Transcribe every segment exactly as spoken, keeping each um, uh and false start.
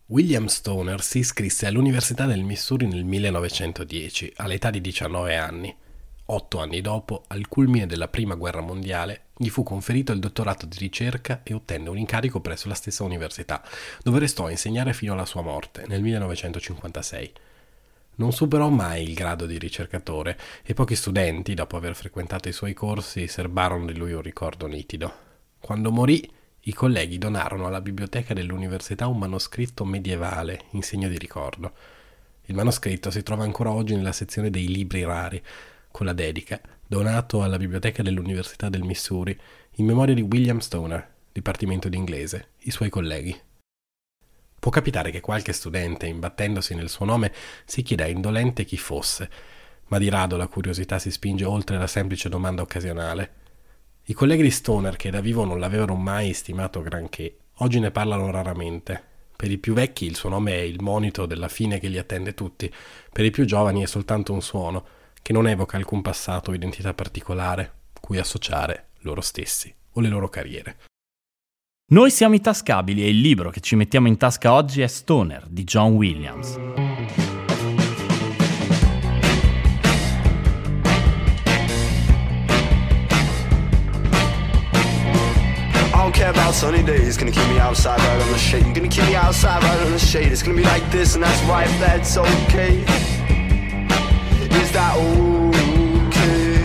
William Stoner si iscrisse all'Università del Missouri nel millenovecentodieci, all'età di diciannove anni. Otto anni dopo, al culmine della Prima Guerra Mondiale, gli fu conferito il dottorato di ricerca e ottenne un incarico presso la stessa università, dove restò a insegnare fino alla sua morte, nel millenovecentocinquantasei. Non superò mai il grado di ricercatore e pochi studenti, dopo aver frequentato i suoi corsi, serbarono di lui un ricordo nitido. Quando morì, i colleghi donarono alla biblioteca dell'università un manoscritto medievale in segno di ricordo. Il manoscritto si trova ancora oggi nella sezione dei libri rari, con la dedica, donato alla biblioteca dell'Università del Missouri, in memoria di William Stoner, dipartimento di inglese, i suoi colleghi. Può capitare che qualche studente, imbattendosi nel suo nome, si chieda indolente chi fosse, ma di rado la curiosità si spinge oltre la semplice domanda occasionale. I colleghi di Stoner, che da vivo non l'avevano mai stimato granché, oggi ne parlano raramente. Per i più vecchi il suo nome è il monito della fine che li attende tutti, per i più giovani è soltanto un suono, che non evoca alcun passato o identità particolare, cui associare loro stessi o le loro carriere. Noi siamo i Tascabili e il libro che ci mettiamo in tasca oggi è Stoner di John Williams. I don't care about sunny days, gonna keep me outside right on the shade. You're gonna keep me outside right on the shade. It's gonna be like this and that's right, that's okay. Is that okay?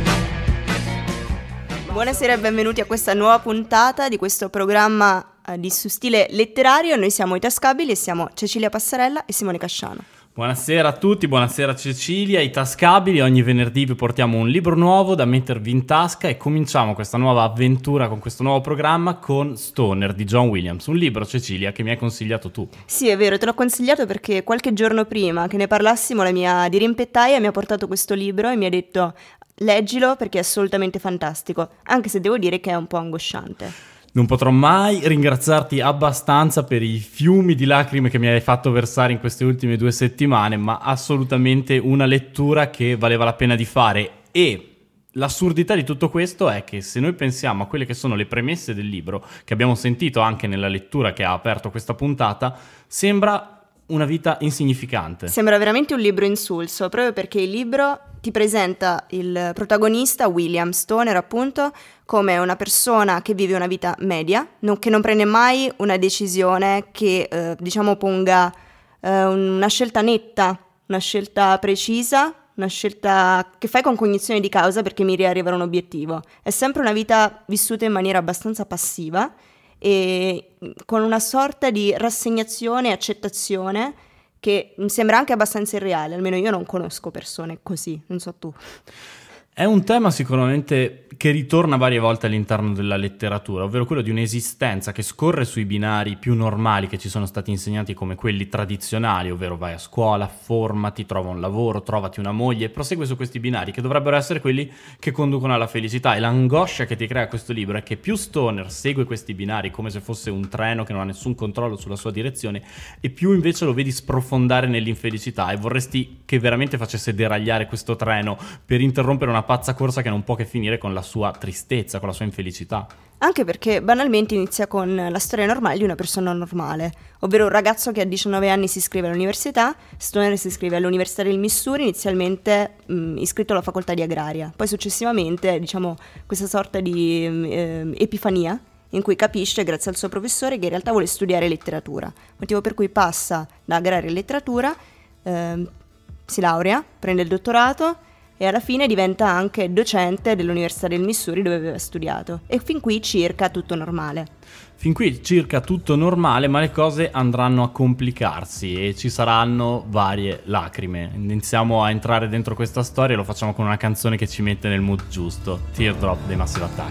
Buonasera e benvenuti a questa nuova puntata di questo programma eh, di su stile letterario. Noi siamo i Tascabili e siamo Cecilia Passarella e Simone Casciano. Buonasera a tutti, buonasera Cecilia, i Tascabili. Ogni venerdì vi portiamo un libro nuovo da mettervi in tasca e cominciamo questa nuova avventura con questo nuovo programma con Stoner di John Williams. Un libro, Cecilia, che mi hai consigliato tu. Sì, è vero, te l'ho consigliato perché qualche giorno prima che ne parlassimo la mia dirimpettaia mi ha portato questo libro e mi ha detto leggilo perché è assolutamente fantastico, anche se devo dire che è un po' angosciante. Non potrò mai ringraziarti abbastanza per i fiumi di lacrime che mi hai fatto versare in queste ultime due settimane, ma assolutamente una lettura che valeva la pena di fare. E l'assurdità di tutto questo è che se noi pensiamo a quelle che sono le premesse del libro, che abbiamo sentito anche nella lettura che ha aperto questa puntata, sembra una vita insignificante. Sembra veramente un libro insulso, proprio perché il libro ti presenta il protagonista, William Stoner appunto, come una persona che vive una vita media, non, che non prende mai una decisione che eh, diciamo ponga eh, una scelta netta, una scelta precisa, una scelta che fai con cognizione di causa perché miri a arrivare a un obiettivo. È sempre una vita vissuta in maniera abbastanza passiva e con una sorta di rassegnazione e accettazione che mi sembra anche abbastanza irreale, almeno io non conosco persone così, non so tu. È un tema sicuramente che ritorna varie volte all'interno della letteratura, ovvero quello di un'esistenza che scorre sui binari più normali che ci sono stati insegnati come quelli tradizionali, ovvero vai a scuola, formati, trova un lavoro, trovati una moglie e prosegue su questi binari che dovrebbero essere quelli che conducono alla felicità. E l'angoscia che ti crea questo libro è che più Stoner segue questi binari come se fosse un treno che non ha nessun controllo sulla sua direzione e più invece lo vedi sprofondare nell'infelicità e vorresti che veramente facesse deragliare questo treno per interrompere una pazza corsa che non può che finire con la sua tristezza, con la sua infelicità. Anche perché banalmente inizia con la storia normale di una persona normale, ovvero un ragazzo che a diciannove anni si iscrive all'università. Stoner si iscrive all'Università del Missouri, inizialmente mh, iscritto alla facoltà di agraria, poi successivamente diciamo questa sorta di eh, epifania in cui capisce, grazie al suo professore, che in realtà vuole studiare letteratura, motivo per cui passa da agraria a letteratura, eh, si laurea, prende il dottorato e alla fine diventa anche docente dell'Università del Missouri dove aveva studiato. E fin qui circa tutto normale. Fin qui circa tutto normale, ma le cose andranno a complicarsi e ci saranno varie lacrime. Iniziamo a entrare dentro questa storia e lo facciamo con una canzone che ci mette nel mood giusto, Teardrop dei Massive Attack.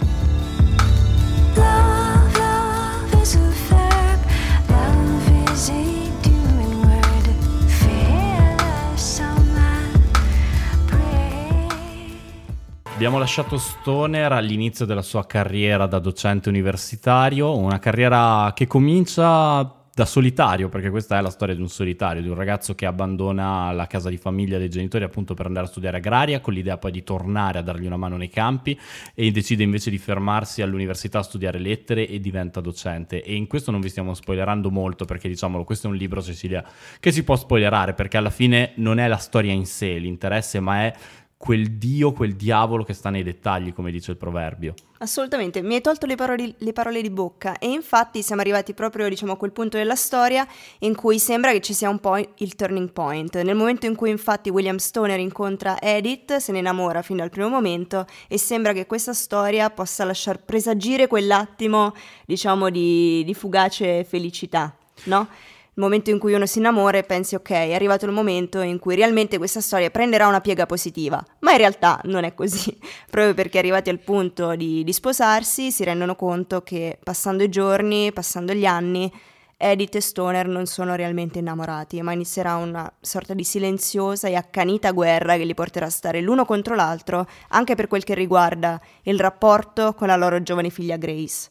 Love, love is a verb, love is a doing word, fearless someone brave. Abbiamo lasciato Stoner all'inizio della sua carriera da docente universitario, una carriera che comincia da solitario, perché questa è la storia di un solitario, di un ragazzo che abbandona la casa di famiglia dei genitori appunto per andare a studiare agraria, con l'idea poi di tornare a dargli una mano nei campi, e decide invece di fermarsi all'università a studiare lettere e diventa docente. E in questo non vi stiamo spoilerando molto, perché diciamolo, questo è un libro, Cecilia, che si può spoilerare, perché alla fine non è la storia in sé l'interesse, ma è quel dio, quel diavolo che sta nei dettagli, come dice il proverbio. Assolutamente, mi hai tolto le parole, le parole di bocca, e infatti siamo arrivati proprio, diciamo, a quel punto della storia in cui sembra che ci sia un po' il turning point. Nel momento in cui infatti William Stoner incontra Edith, se ne innamora fin dal primo momento, e sembra che questa storia possa lasciar presagire quell'attimo, diciamo, di, di fugace felicità, no? Il momento in cui uno si innamora e pensi ok, è arrivato il momento in cui realmente questa storia prenderà una piega positiva, ma in realtà non è così, proprio perché arrivati al punto di, di sposarsi si rendono conto che passando i giorni, passando gli anni, Edith e Stoner non sono realmente innamorati, ma inizierà una sorta di silenziosa e accanita guerra che li porterà a stare l'uno contro l'altro, anche per quel che riguarda il rapporto con la loro giovane figlia Grace.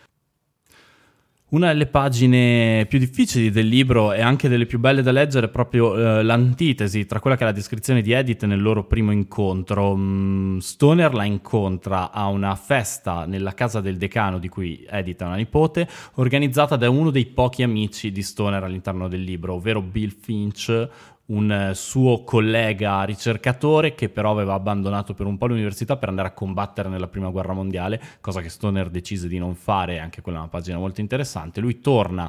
Una delle pagine più difficili del libro e anche delle più belle da leggere è proprio eh, l'antitesi tra quella che è la descrizione di Edith nel loro primo incontro. Mm, Stoner la incontra a una festa nella casa del decano, di cui Edith è una nipote, organizzata da uno dei pochi amici di Stoner all'interno del libro, ovvero Bill Finch, un suo collega ricercatore che però aveva abbandonato per un po' l'università per andare a combattere nella prima guerra mondiale, cosa che Stoner decise di non fare, anche quella è una pagina molto interessante. Lui torna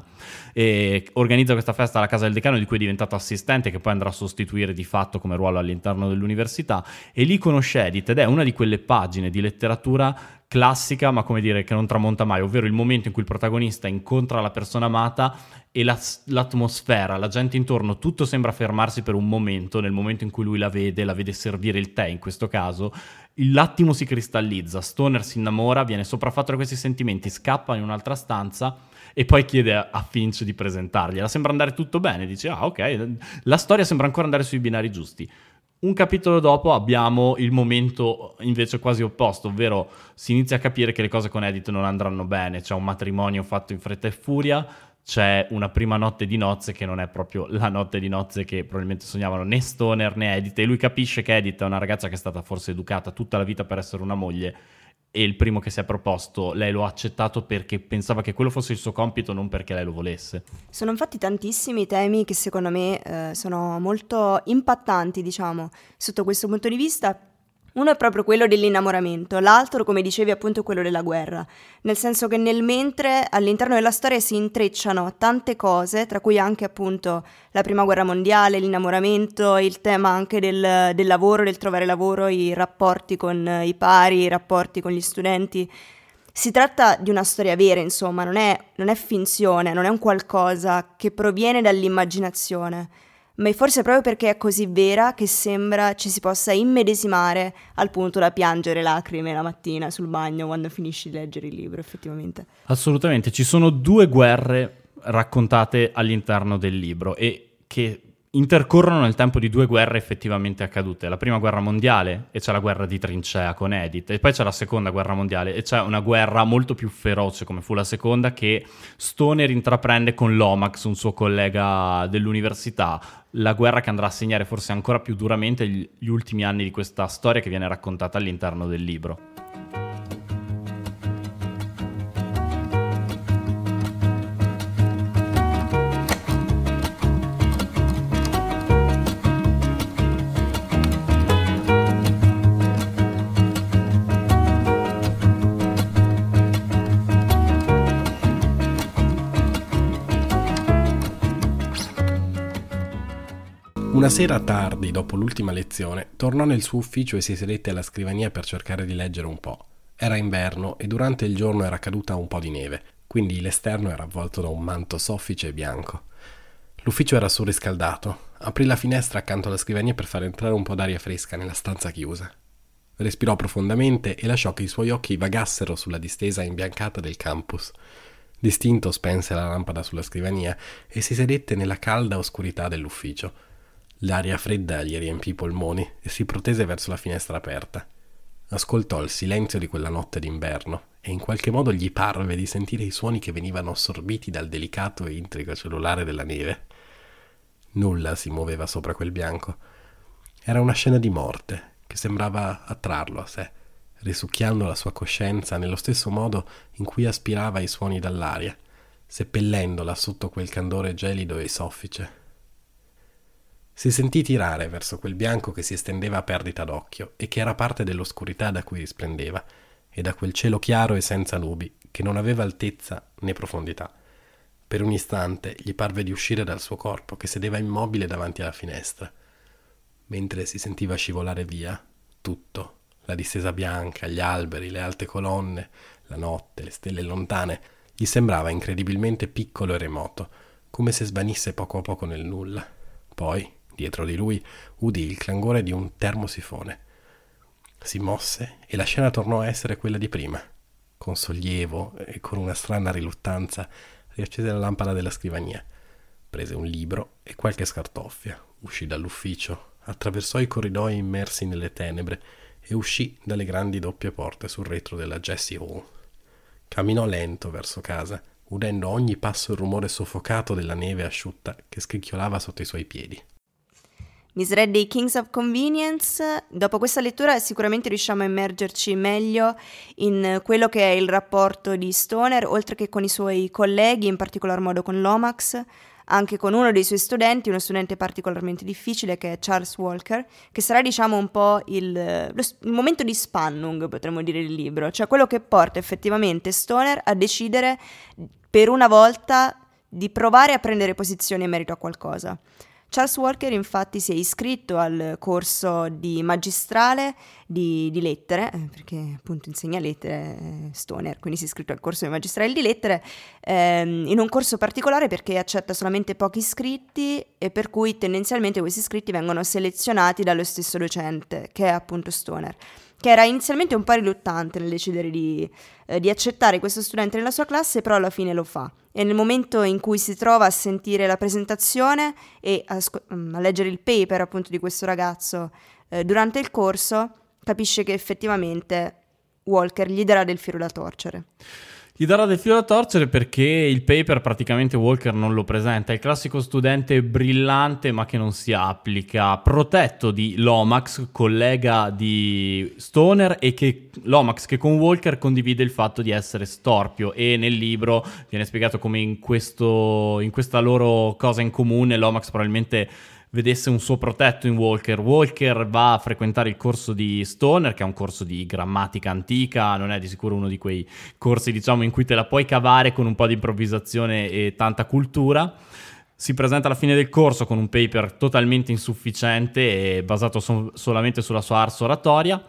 e organizza questa festa alla casa del decano, di cui è diventato assistente, che poi andrà a sostituire di fatto come ruolo all'interno dell'università, e lì conosce Edith, ed è una di quelle pagine di letteratura classica, ma come dire, che non tramonta mai, ovvero il momento in cui il protagonista incontra la persona amata e la, l'atmosfera, la gente intorno, tutto sembra fermarsi per un momento. Nel momento in cui lui la vede, la vede servire il tè in questo caso, l'attimo si cristallizza, Stoner si innamora, viene sopraffatto da questi sentimenti, scappa in un'altra stanza e poi chiede a Finch di presentargliela. Sembra andare tutto bene, dice ah ok, la storia sembra ancora andare sui binari giusti. Un capitolo dopo abbiamo il momento invece quasi opposto, ovvero si inizia a capire che le cose con Edith non andranno bene, c'è un matrimonio fatto in fretta e furia, c'è una prima notte di nozze che non è proprio la notte di nozze che probabilmente sognavano né Stoner né Edith, e lui capisce che Edith è una ragazza che è stata forse educata tutta la vita per essere una moglie, e il primo che si è proposto lei lo ha accettato perché pensava che quello fosse il suo compito, non perché lei lo volesse. Sono infatti tantissimi temi che secondo me eh, sono molto impattanti, diciamo, sotto questo punto di vista. Uno è proprio quello dell'innamoramento, l'altro, come dicevi, appunto quello della guerra, nel senso che nel mentre all'interno della storia si intrecciano tante cose, tra cui anche appunto la prima guerra mondiale, l'innamoramento, il tema anche del, del lavoro, del trovare lavoro, i rapporti con i pari, i rapporti con gli studenti. Si tratta di una storia vera, insomma, non è, non è finzione, non è un qualcosa che proviene dall'immaginazione, ma è forse proprio perché è così vera che sembra ci si possa immedesimare al punto da piangere lacrime la mattina sul bagno quando finisci di leggere il libro, effettivamente. Assolutamente, ci sono due guerre raccontate all'interno del libro e che intercorrono nel tempo di due guerre effettivamente accadute. La prima guerra mondiale, e c'è la guerra di trincea con Edith, e poi c'è la seconda guerra mondiale e c'è una guerra molto più feroce come fu la seconda, che Stoner intraprende con Lomax, un suo collega dell'università, la guerra che andrà a segnare forse ancora più duramente gli, gli ultimi anni di questa storia che viene raccontata all'interno del libro. Una sera tardi, dopo l'ultima lezione, tornò nel suo ufficio e si sedette alla scrivania per cercare di leggere un po'. Era inverno e durante il giorno era caduta un po' di neve, quindi l'esterno era avvolto da un manto soffice e bianco. L'ufficio era surriscaldato. Aprì la finestra accanto alla scrivania per far entrare un po' d'aria fresca nella stanza chiusa. Respirò profondamente e lasciò che i suoi occhi vagassero sulla distesa imbiancata del campus. Distinto spense la lampada sulla scrivania e si sedette nella calda oscurità dell'ufficio. L'aria fredda gli riempì i polmoni e si protese verso la finestra aperta. Ascoltò il silenzio di quella notte d'inverno e in qualche modo gli parve di sentire i suoni che venivano assorbiti dal delicato e intrico cellulare della neve. Nulla si muoveva sopra quel bianco. Era una scena di morte che sembrava attrarlo a sé, risucchiando la sua coscienza nello stesso modo in cui aspirava i suoni dall'aria, seppellendola sotto quel candore gelido e soffice. Si sentì tirare verso quel bianco che si estendeva a perdita d'occhio e che era parte dell'oscurità da cui risplendeva, e da quel cielo chiaro e senza nubi che non aveva altezza né profondità. Per un istante gli parve di uscire dal suo corpo, che sedeva immobile davanti alla finestra. Mentre si sentiva scivolare via, tutto, la distesa bianca, gli alberi, le alte colonne, la notte, le stelle lontane, gli sembrava incredibilmente piccolo e remoto, come se svanisse poco a poco nel nulla. Poi, dietro di lui, udì il clangore di un termosifone. Si mosse e la scena tornò a essere quella di prima. Con sollievo e con una strana riluttanza riaccese la lampada della scrivania, prese un libro e qualche scartoffia, uscì dall'ufficio, attraversò i corridoi immersi nelle tenebre e uscì dalle grandi doppie porte sul retro della Jessie Hall. Camminò lento verso casa, udendo a ogni passo il rumore soffocato della neve asciutta che scricchiolava sotto i suoi piedi. Misread dei Kings of Convenience. Dopo questa lettura sicuramente riusciamo a immergerci meglio in quello che è il rapporto di Stoner, oltre che con i suoi colleghi, in particolar modo con Lomax, anche con uno dei suoi studenti, uno studente particolarmente difficile che è Charles Walker, che sarà diciamo un po' il, lo, il momento di Spannung, potremmo dire, il libro, cioè quello che porta effettivamente Stoner a decidere per una volta di provare a prendere posizione in merito a qualcosa. Charles Walker infatti si è iscritto al corso di magistrale di, di lettere, eh, perché appunto insegna lettere eh, Stoner, quindi si è iscritto al corso di magistrale di lettere, ehm, in un corso particolare perché accetta solamente pochi iscritti e per cui tendenzialmente questi iscritti vengono selezionati dallo stesso docente, che è appunto Stoner, che era inizialmente un po' riluttante nel decidere di, eh, di accettare questo studente nella sua classe, però alla fine lo fa. E nel momento in cui si trova a sentire la presentazione e a, sc- a leggere il paper appunto di questo ragazzo eh, durante il corso, capisce che effettivamente Walker gli darà del filo da torcere. Gli darà del filo da torcere perché il paper praticamente Walker non lo presenta, è il classico studente brillante ma che non si applica, protetto di Lomax, collega di Stoner, e che Lomax che con Walker condivide il fatto di essere storpio, e nel libro viene spiegato come in, questo, in questa loro cosa in comune Lomax probabilmente vedesse un suo protetto in Walker. Walker va a frequentare il corso di Stoner, che è un corso di grammatica antica, non è di sicuro uno di quei corsi diciamo in cui te la puoi cavare con un po' di improvvisazione e tanta cultura. Si presenta alla fine del corso con un paper totalmente insufficiente e basato so- solamente sulla sua ars oratoria.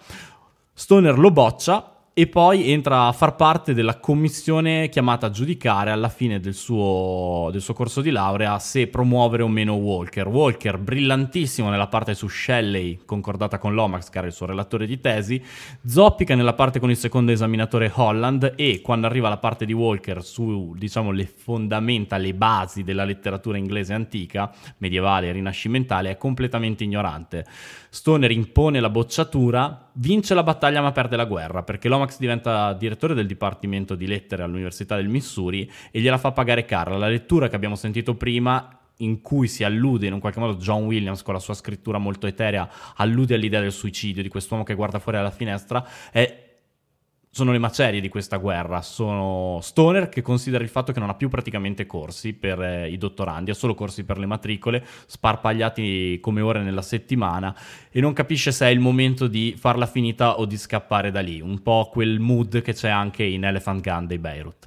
Stoner lo boccia e poi entra a far parte della commissione chiamata a giudicare alla fine del suo, del suo corso di laurea se promuovere o meno Walker. Walker, brillantissimo nella parte su Shelley, concordata con Lomax, che era il suo relatore di tesi, zoppica nella parte con il secondo esaminatore Holland, e quando arriva la parte di Walker su, diciamo, le fondamenta, le basi della letteratura inglese antica, medievale e rinascimentale, è completamente ignorante. Stoner impone la bocciatura, vince la battaglia ma perde la guerra, perché Lomax diventa direttore del Dipartimento di Lettere all'Università del Missouri e gliela fa pagare cara. La lettura che abbiamo sentito prima, in cui si allude in un qualche modo John Williams con la sua scrittura molto eterea, allude all'idea del suicidio, di quest'uomo che guarda fuori dalla finestra, è... sono le macerie di questa guerra. Sono Stoner che considera il fatto che non ha più praticamente corsi per eh, i dottorandi, ha solo corsi per le matricole, sparpagliati come ore nella settimana, e non capisce se è il momento di farla finita o di scappare da lì. Un po' quel mood che c'è anche in Elephant Gun dei Beirut.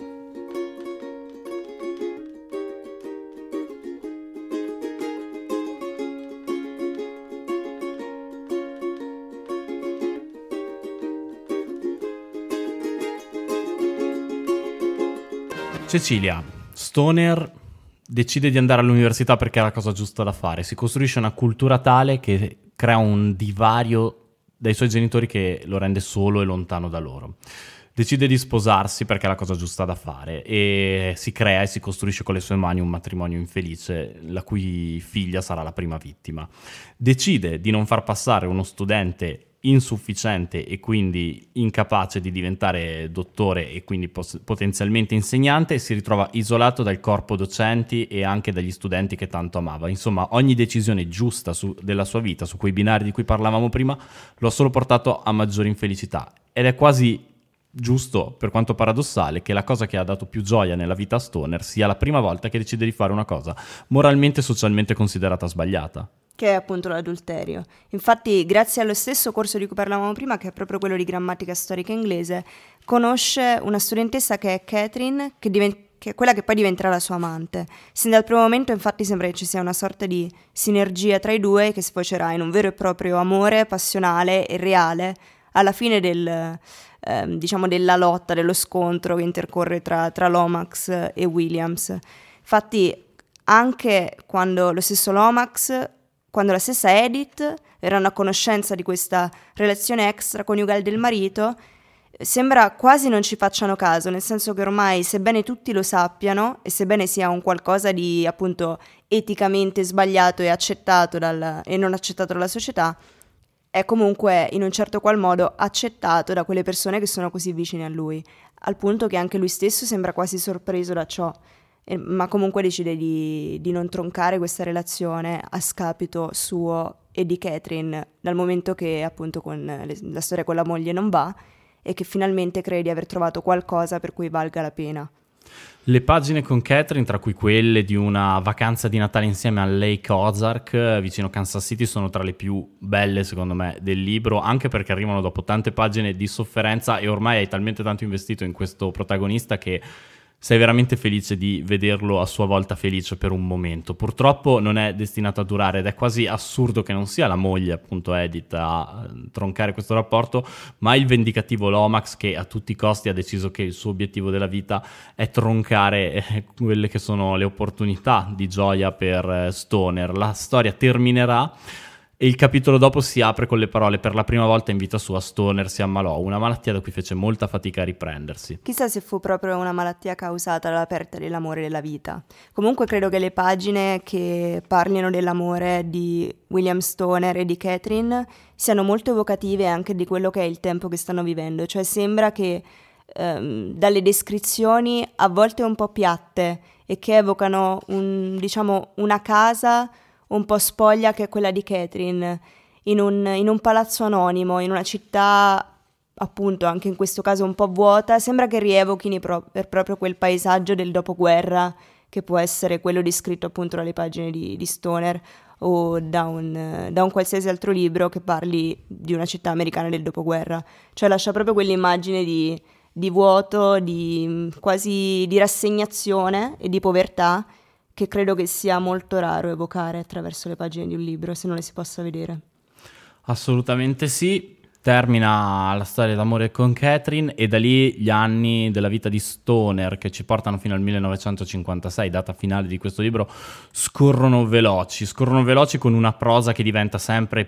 Cecilia, Stoner decide di andare all'università perché è la cosa giusta da fare. Si costruisce una cultura tale che crea un divario dai suoi genitori che lo rende solo e lontano da loro. Decide di sposarsi perché è la cosa giusta da fare e si crea e si costruisce con le sue mani un matrimonio infelice, la cui figlia sarà la prima vittima. Decide di non far passare uno studente insufficiente e quindi incapace di diventare dottore e quindi pos- potenzialmente insegnante, e si ritrova isolato dal corpo docenti e anche dagli studenti che tanto amava. Insomma, ogni decisione giusta su- della sua vita, su quei binari di cui parlavamo prima, lo ha solo portato a maggiore infelicità, ed è quasi giusto, per quanto paradossale, che la cosa che ha dato più gioia nella vita a Stoner sia la prima volta che decide di fare una cosa moralmente e socialmente considerata sbagliata. Che è appunto l'adulterio. Infatti, grazie allo stesso corso di cui parlavamo prima, che è proprio quello di grammatica storica inglese, conosce una studentessa che è Catherine, che, diven- che è quella che poi diventerà la sua amante. Sin dal primo momento, infatti, sembra che ci sia una sorta di sinergia tra i due che sfocerà in un vero e proprio amore passionale e reale alla fine del, eh, diciamo della lotta, dello scontro che intercorre tra, tra Lomax e Williams. Infatti, anche quando lo stesso Lomax, quando la stessa Edith verranno a conoscenza di questa relazione extraconiugale del marito, sembra quasi non ci facciano caso, nel senso che ormai, sebbene tutti lo sappiano e sebbene sia un qualcosa di appunto eticamente sbagliato e accettato dal, e non accettato dalla società, è comunque in un certo qual modo accettato da quelle persone che sono così vicine a lui, al punto che anche lui stesso sembra quasi sorpreso da ciò. Eh, ma comunque decide di, di non troncare questa relazione a scapito suo e di Catherine, dal momento che appunto con le, la storia con la moglie non va e che finalmente crede di aver trovato qualcosa per cui valga la pena. Le pagine con Catherine, tra cui quelle di una vacanza di Natale insieme a Lake Ozark vicino Kansas City, sono tra le più belle secondo me del libro, anche perché arrivano dopo tante pagine di sofferenza e ormai hai talmente tanto investito in questo protagonista che sei veramente felice di vederlo a sua volta felice per un momento. Purtroppo non è destinato a durare ed è quasi assurdo che non sia la moglie, appunto Edith, a troncare questo rapporto, ma il vendicativo Lomax che a tutti i costi ha deciso che il suo obiettivo della vita è troncare eh, quelle che sono le opportunità di gioia per eh, Stoner. La storia terminerà e il capitolo dopo si apre con le parole: per la prima volta in vita sua Stoner si ammalò, una malattia da cui fece molta fatica a riprendersi. Chissà se fu proprio una malattia causata dalla perdita dell'amore della vita. Comunque credo che le pagine che parlino dell'amore di William Stoner e di Catherine siano molto evocative anche di quello che è il tempo che stanno vivendo. Cioè sembra che ehm, dalle descrizioni a volte un po' piatte e che evocano un, diciamo, una casa un po' spoglia che è quella di Catherine, in un, in un palazzo anonimo, in una città appunto anche in questo caso un po' vuota, sembra che rievochino pro- per proprio quel paesaggio del dopoguerra che può essere quello descritto appunto dalle pagine di, di Stoner o da un, da un qualsiasi altro libro che parli di una città americana del dopoguerra. Cioè lascia proprio quell'immagine di, di vuoto, di quasi di rassegnazione e di povertà che credo che sia molto raro evocare attraverso le pagine di un libro, se non le si possa vedere. Assolutamente sì. Termina la storia d'amore con Catherine e da lì gli anni della vita di Stoner, che ci portano fino al millenovecentocinquantasei, data finale di questo libro, scorrono veloci, scorrono veloci con una prosa che diventa sempre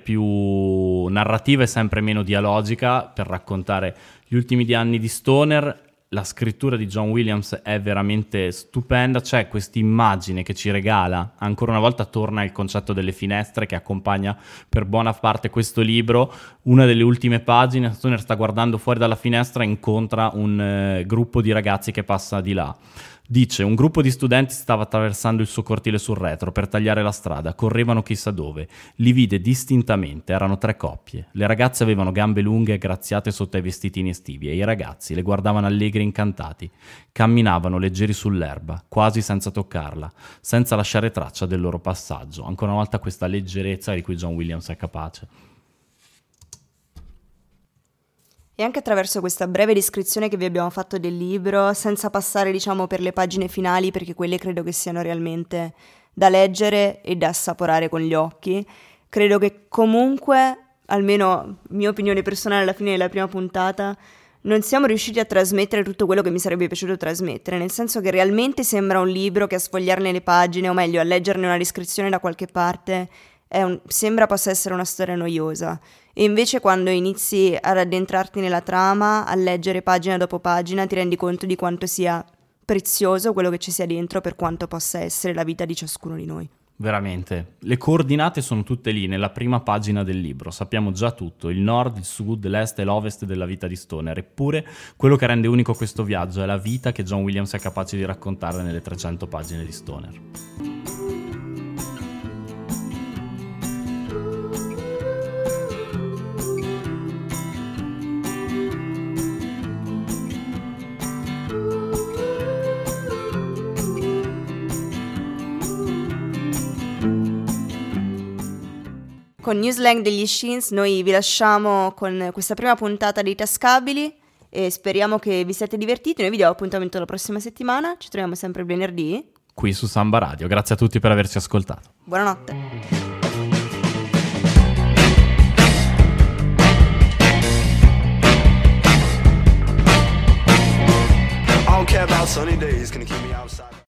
più narrativa e sempre meno dialogica per raccontare gli ultimi anni di Stoner. La scrittura di John Williams è veramente stupenda, c'è questa immagine che ci regala, ancora una volta torna il concetto delle finestre che accompagna per buona parte questo libro. Una delle ultime pagine, Stoner sta guardando fuori dalla finestra e incontra un eh, gruppo di ragazzi che passa di là. Dice: un gruppo di studenti stava attraversando il suo cortile sul retro per tagliare la strada, correvano chissà dove. Li vide distintamente, erano tre coppie. Le ragazze avevano gambe lunghe e graziate sotto ai vestitini estivi e i ragazzi le guardavano allegri e incantati. Camminavano leggeri sull'erba, quasi senza toccarla, senza lasciare traccia del loro passaggio. Ancora una volta questa leggerezza di cui John Williams è capace. E anche attraverso questa breve descrizione che vi abbiamo fatto del libro, senza passare diciamo per le pagine finali, perché quelle credo che siano realmente da leggere e da assaporare con gli occhi, credo che comunque, almeno mia opinione personale alla fine della prima puntata, non siamo riusciti a trasmettere tutto quello che mi sarebbe piaciuto trasmettere, nel senso che realmente sembra un libro che a sfogliarne le pagine, o meglio a leggerne una descrizione da qualche parte, è un, sembra possa essere una storia noiosa. E invece quando inizi ad addentrarti nella trama, a leggere pagina dopo pagina, ti rendi conto di quanto sia prezioso quello che ci sia dentro, per quanto possa essere la vita di ciascuno di noi. veramente. Le coordinate sono tutte lì, nella prima pagina del libro. Sappiamo già tutto, il nord, il sud, l'est e l'ovest della vita di Stoner. Eppure, quello che rende unico questo viaggio è la vita che John Williams è capace di raccontare nelle trecento pagine di Stoner. Con New Slang degli Sheens noi vi lasciamo con questa prima puntata dei Tascabili e speriamo che vi siate divertiti. Noi vi diamo appuntamento la prossima settimana, ci troviamo sempre il venerdì. Qui su Samba Radio, grazie a tutti per averci ascoltato. Buonanotte. I don't care about sunny days, gonna keep me